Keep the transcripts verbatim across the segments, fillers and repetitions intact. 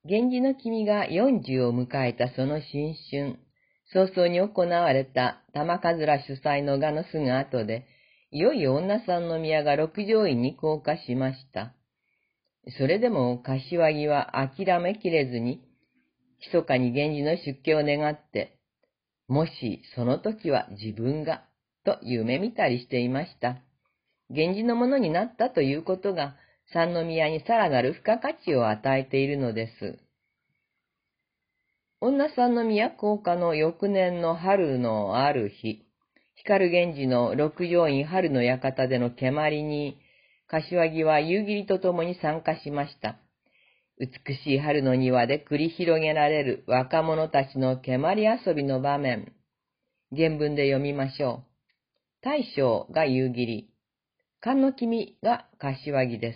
源氏の君が四十を迎えたその新春、早々に行われた玉かずら主催の画のすぐ後で、いよいよ女さんの宮が六条院に降下しました。それでも柏木は諦めきれずに、密かに源氏の出家を願って、もしその時は自分が、と夢見たりしていました。源氏のものになったということが、三宮にさらなる付加価値を与えているのです。女三宮降下の翌年の春のある日、光源氏の六条院春の館での蹴鞠に、柏木は夕霧と共に参加しました。美しい春の庭で繰り広げられる若者たちの蹴鞠遊びの場面、原文で読みましょう。大将が夕霧、寒の君が柏木です。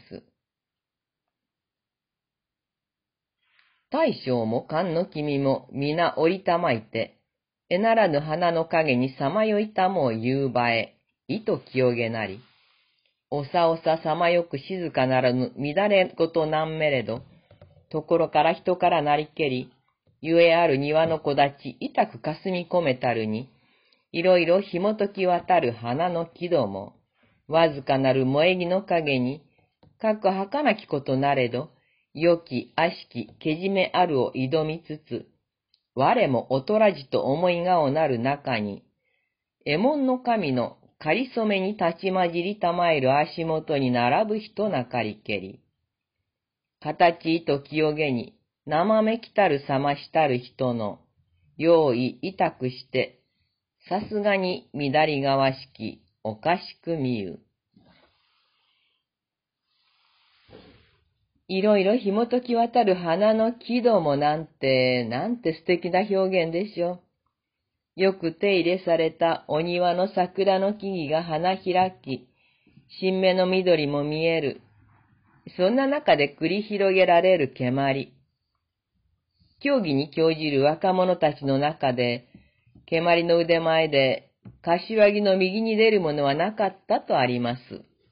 大将も寒の君も皆降りたまいて、えならぬ花の影にさまよいたもう夕映え、いと清げなり。おさおささまよく静かならぬ乱れごとなんめれど、ところから人からなりけり、ゆえある庭の木立ち痛くかすみ込めたるに、いろいろひもとき渡る花の木ども、わずかなる萌え木の影に、かく儚きことなれど、良き悪しきけじめあるを挑みつつ、我もおとらじと思いがおなる中に、右衛門の神のかりそめに立ちまじりたまえる足元に並ぶ人なかりけり。形いと清げに生めきたるさましたる人の、用意痛くして、さすがに乱りがわしき、おかしく見ゆ。いろいろひもとき渡る花の木どもなんて、なんて素敵な表現でしょう。よく手入れされたお庭の桜の木々が花開き、新芽の緑も見える。そんな中で繰り広げられる蹴鞠。競技に興じる若者たちの中で、蹴鞠の腕前で、柏木の右に出るものはなかったとあります。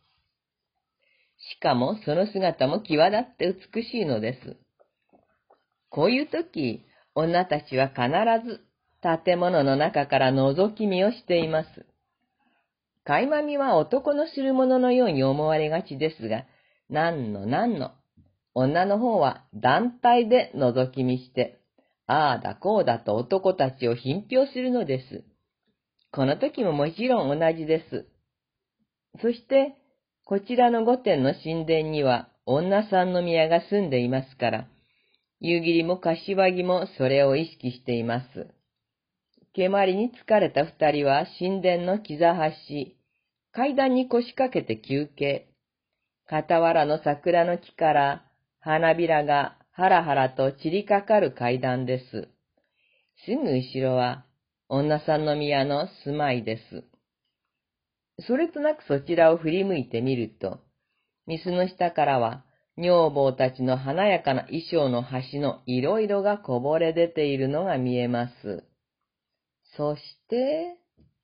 しかもその姿も際立って美しいのです。こういう時、女たちは必ず建物の中から覗き見をしています。垣間見は男のするもののように思われがちですが、なんのなんの、女の方は団体で覗き見して、ああだこうだと男たちを品評するのです。この時ももちろん同じです。そして、こちらの御殿の神殿には女三宮が住んでいますから、夕霧も柏木もそれを意識しています。蹴鞠に疲れた二人は神殿の木座端、階段に腰掛けて休憩。傍らの桜の木から花びらがハラハラと散りかかる階段です。すぐ後ろは女三宮の住まいです。それとなくそちらを振り向いてみると、御簾の下からは女房たちの華やかな衣装の端の色々がこぼれ出ているのが見えます。そして、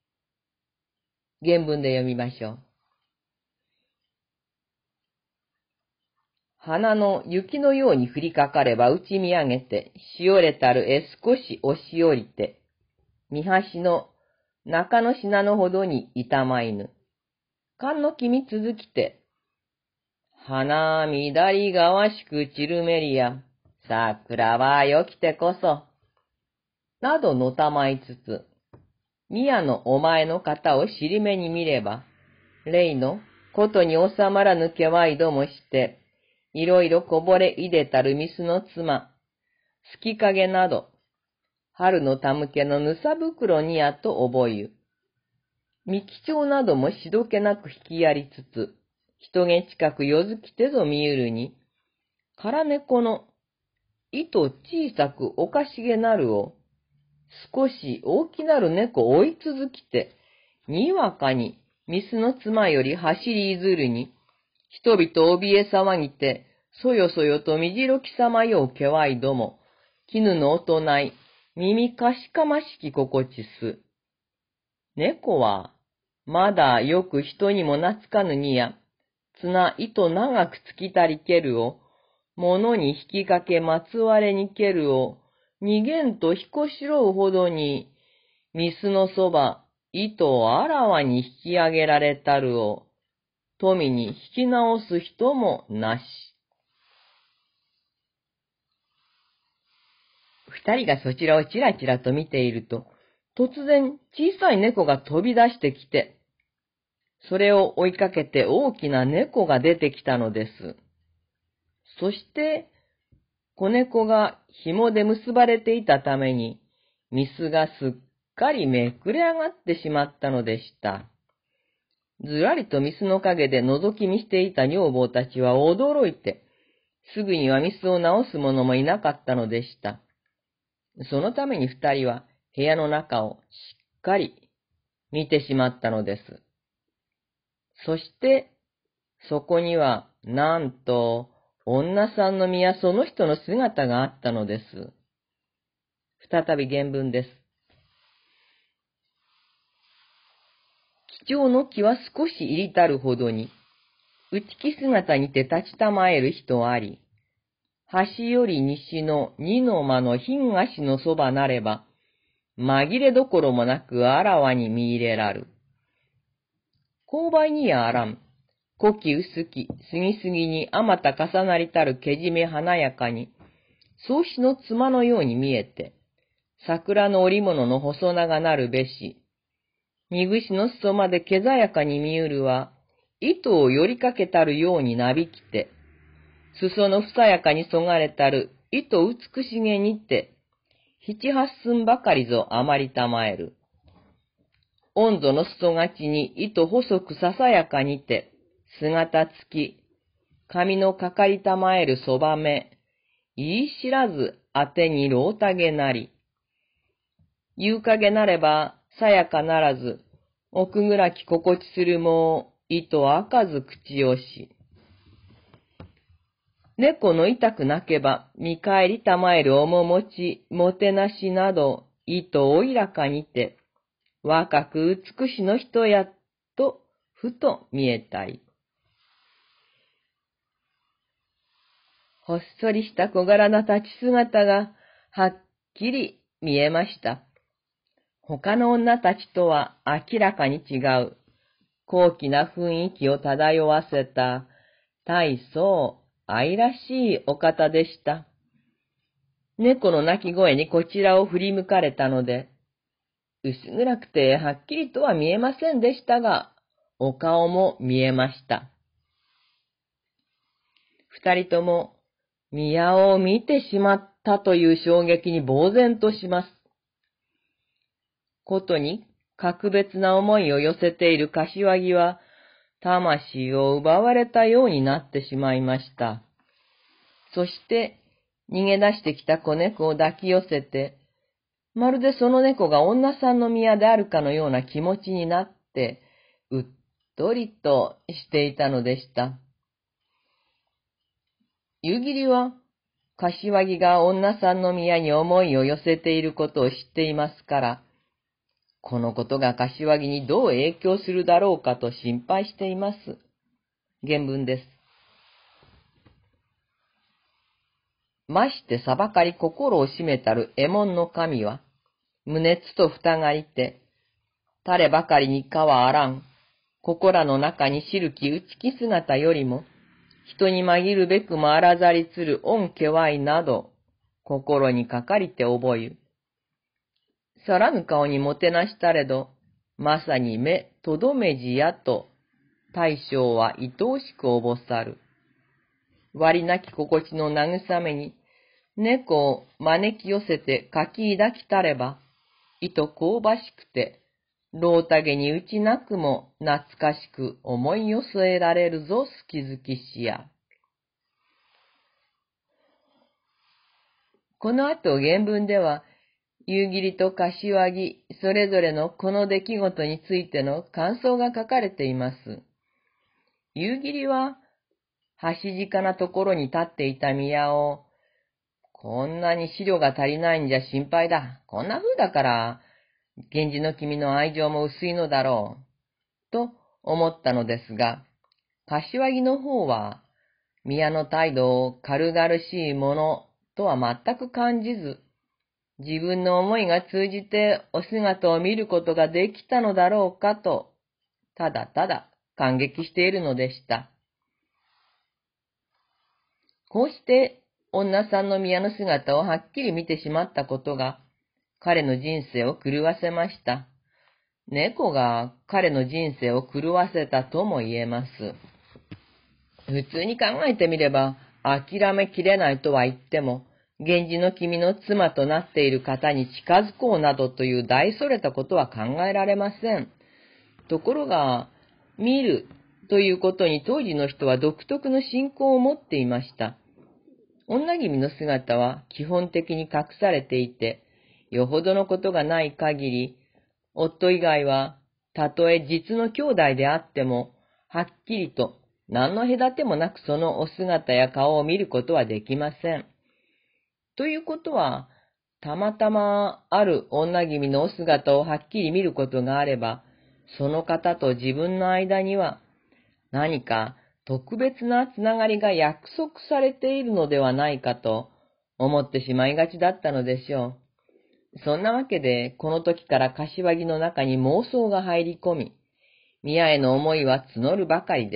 原文で読みましょう。花の雪のように降りかかれば打ち見上げて、しおれたるへ少し押し降りて、見端の中の品のほどにいたまいぬ。寒の君続きて、花乱りがわしく散るめりや、桜はよきてこそ、などのたまいつつ、宮のお前の方を尻目に見れば、例のことに収まらぬけわいどもして、いろいろこぼれいでたる水の妻、月影など、春のたむけのぬさ袋にやと覚ゆ。三木町などもしどけなく引きやりつつ、人毛近くよずきてぞ見ゆるに、から猫の糸小さくおかしげなるを、少し大きなる猫追い続きて、にわかに水の妻より走りいずるに、人々怯え騒ぎて、そよそよとみじろきさまようけわいども、絹の音ない、耳かしかましき心地す。猫は、まだよく人にも懐かぬにや、綱糸長くつきたりけるを、 物に引きかけまつわれにけるを、逃げんと彦しろうほどに、みすのそば、糸をあらわに引き上げられたるを、富に引き直す人もなし。二人がそちらをちらちらと見ていると、突然小さい猫が飛び出してきて、それを追いかけて大きな猫が出てきたのです。そして、子猫が紐で結ばれていたために、ミスがすっかりめくれ上がってしまったのでした。ずらりとミスの陰で覗き見していた女房たちは驚いて、すぐにはミスを直す者もいなかったのでした。そのために二人は部屋の中をしっかり見てしまったのです。そして、そこには、なんと、女さんの宮その人の姿があったのです。再び原文です。貴重の木は少し入りたるほどに、内気姿にて立ちたまえる人あり、橋より西の二の間の東のそばなれば、紛れどころもなくあらわに見入れらる。勾配にやあらん、古木薄き、杉々にあまた重なりたるけじめ華やかに、草子の妻のように見えて、桜の織物の細長なるべし、みぐしの裾までけざやかに見うるは、糸を寄りかけたるようになびきて、裾のふさやかにそがれたる糸美しげにて、七八寸ばかりぞあまりたまえる。温度の裾がちに糸細くささやかにて、姿つき、髪のかかりたまえるそばめ、言い知らずあてにろうたげなり。夕影なれば、さやかならず、奥暗き心地するも、糸開かず口をし。猫の痛くなけば、見返りたまえる面持ち、もてなしなど、糸おいらかにて、若く美しの人や、と、ふと見えたい。ほっそりした小柄な立ち姿が、はっきり見えました。他の女たちとは明らかに違う、高貴な雰囲気を漂わせた、大層愛らしいお方でした。猫の鳴き声にこちらを振り向かれたので、薄暗くてはっきりとは見えませんでしたが、お顔も見えました。二人とも、宮を見てしまったという衝撃に呆然とします。ことに格別な思いを寄せている柏木は、魂を奪われたようになってしまいました。そして、逃げ出してきた子猫を抱き寄せて、まるでその猫が女さんの宮であるかのような気持ちになって、うっとりとしていたのでした。夕霧は、柏木が女さんの宮に思いを寄せていることを知っていますから、このことが柏木にどう影響するだろうかと心配しています。原文です。ましてさばかり心を締めたる右衛門の神は、胸つと蓋がいて、垂ればかりにかはあらん、ここらの中に知るき内気姿よりも、人に紛るべくもあらざりつる恩家わいなど、心にかかりて覚ゆ。さらぬ顔にもてなしたれど、まさに目とどめじやと、大将は愛おしくおぼさる。割なき心地の慰めに、猫を招き寄せてかき抱きたれば、いと香ばしくて、ろうたげにうちなくも懐かしく思い寄せられるぞ好き好きしや。この後原文では、夕霧と柏木、それぞれのこの出来事についての感想が書かれています。夕霧は、橋近なところに立っていた宮を、こんなに資料が足りないんじゃ心配だ。こんな風だから、源氏の君の愛情も薄いのだろう。と思ったのですが、柏木の方は、 宮の態度を軽々しいものとは全く感じず、自分の思いが通じてお姿を見ることができたのだろうかと、ただただ感激しているのでした。こうして女さんの宮の姿をはっきり見てしまったことが、彼の人生を狂わせました。猫が彼の人生を狂わせたとも言えます。普通に考えてみれば、諦めきれないとは言っても、源氏の君の妻となっている方に近づこうなどという大それたことは考えられません。ところが、見るということに当時の人は独特の信仰を持っていました。女君の姿は基本的に隠されていて、よほどのことがない限り、夫以外は、たとえ実の兄弟であっても、はっきりと何の隔てもなくそのお姿や顔を見ることはできません。ということは、たまたまある女君のお姿をはっきり見ることがあれば、その方と自分の間には何か特別なつながりが約束されているのではないかと思ってしまいがちだったのでしょう。そんなわけで、この時から柏木の中に妄想が入り込み、宮への思いは募るばかりです。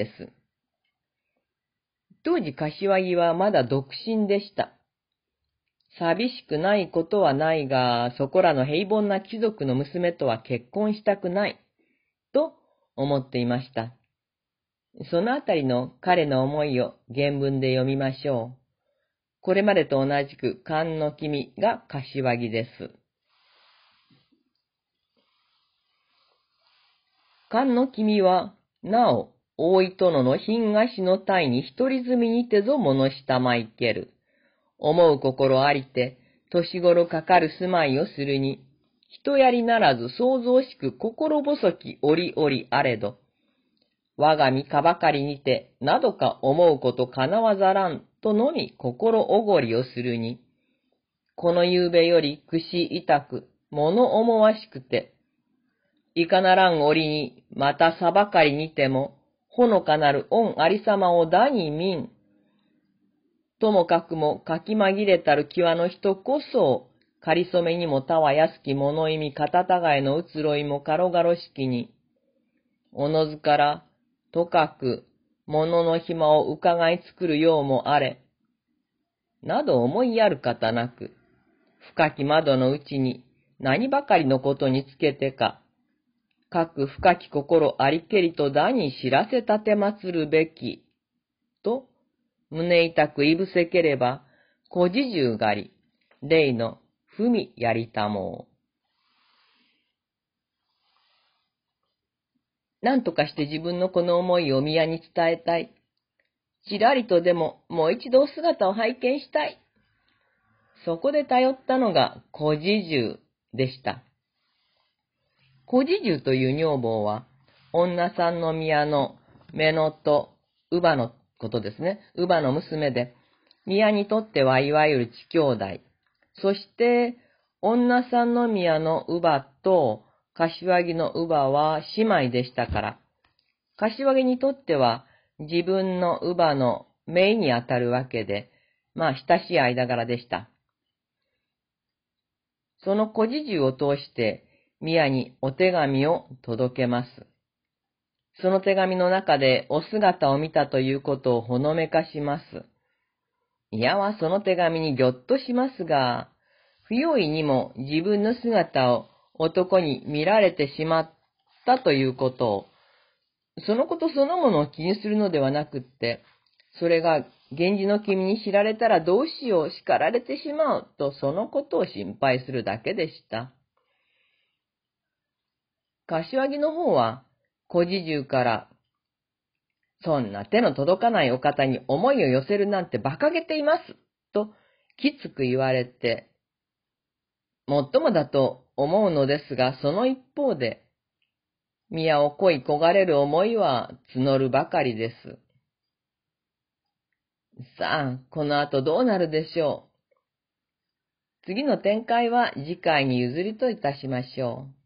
当時柏木はまだ独身でした。寂しくないことはないが、そこらの平凡な貴族の娘とは結婚したくない、と思っていました。そのあたりの彼の思いを原文で読みましょう。これまでと同じく、寒の君が柏木です。寒の君は、なお、大井殿の品菓子の体に一人住みにてぞ物下まいける。思う心ありて、年頃かかる住まいをするに、人やりならず想像しく心細き折々あれど、我が身かばかりにて、などか思うことかなわざらん、とのみ心おごりをするに、この夕べより串痛く、物思わしくて、いかならん折に、またさばかりにても、ほのかなる恩ありさまをだにみん、ともかくもかきまぎれたる際の人こそ、かりそめにもたわやすき物意味かたたがえの移ろいも軽々しきに、おのずから、とかく、物の暇を伺い作るようもあれ、など思いやる方なく、深き窓のうちに何ばかりのことにつけてか、各深き心ありけりとだに知らせたてまつるべき、と、胸痛くいぶせければ、小事重がり、例のふみやりたもう。なんとかして自分のこの思いを宮に伝えたい。ちらりとでももう一度お姿を拝見したい。そこで頼ったのが小事重でした。小事重という女房は、女さんの宮の乳母、乳母のことですね。乳母の娘で、宮にとってはいわゆる地兄弟。そして、女さんの宮の乳母と柏木の乳母は姉妹でしたから、柏木にとっては自分の乳母の姪にあたるわけで、まあ親しい間柄でした。その小事重を通して、宮にお手紙を届けます。その手紙の中でお姿を見たということをほのめかします。いやはその手紙にぎょっとしますが、不用意にも自分の姿を男に見られてしまったということを、そのことそのものを気にするのではなくって、それが源氏の君に知られたらどうしよう、叱られてしまうと、そのことを心配するだけでした。柏木の方は、小事重から、そんな手の届かないお方に思いを寄せるなんて馬鹿げています、ときつく言われて、もっともだと思うのですが、その一方で、宮を恋焦がれる思いは募るばかりです。さあ、この後どうなるでしょう。次の展開は次回に譲りといたしましょう。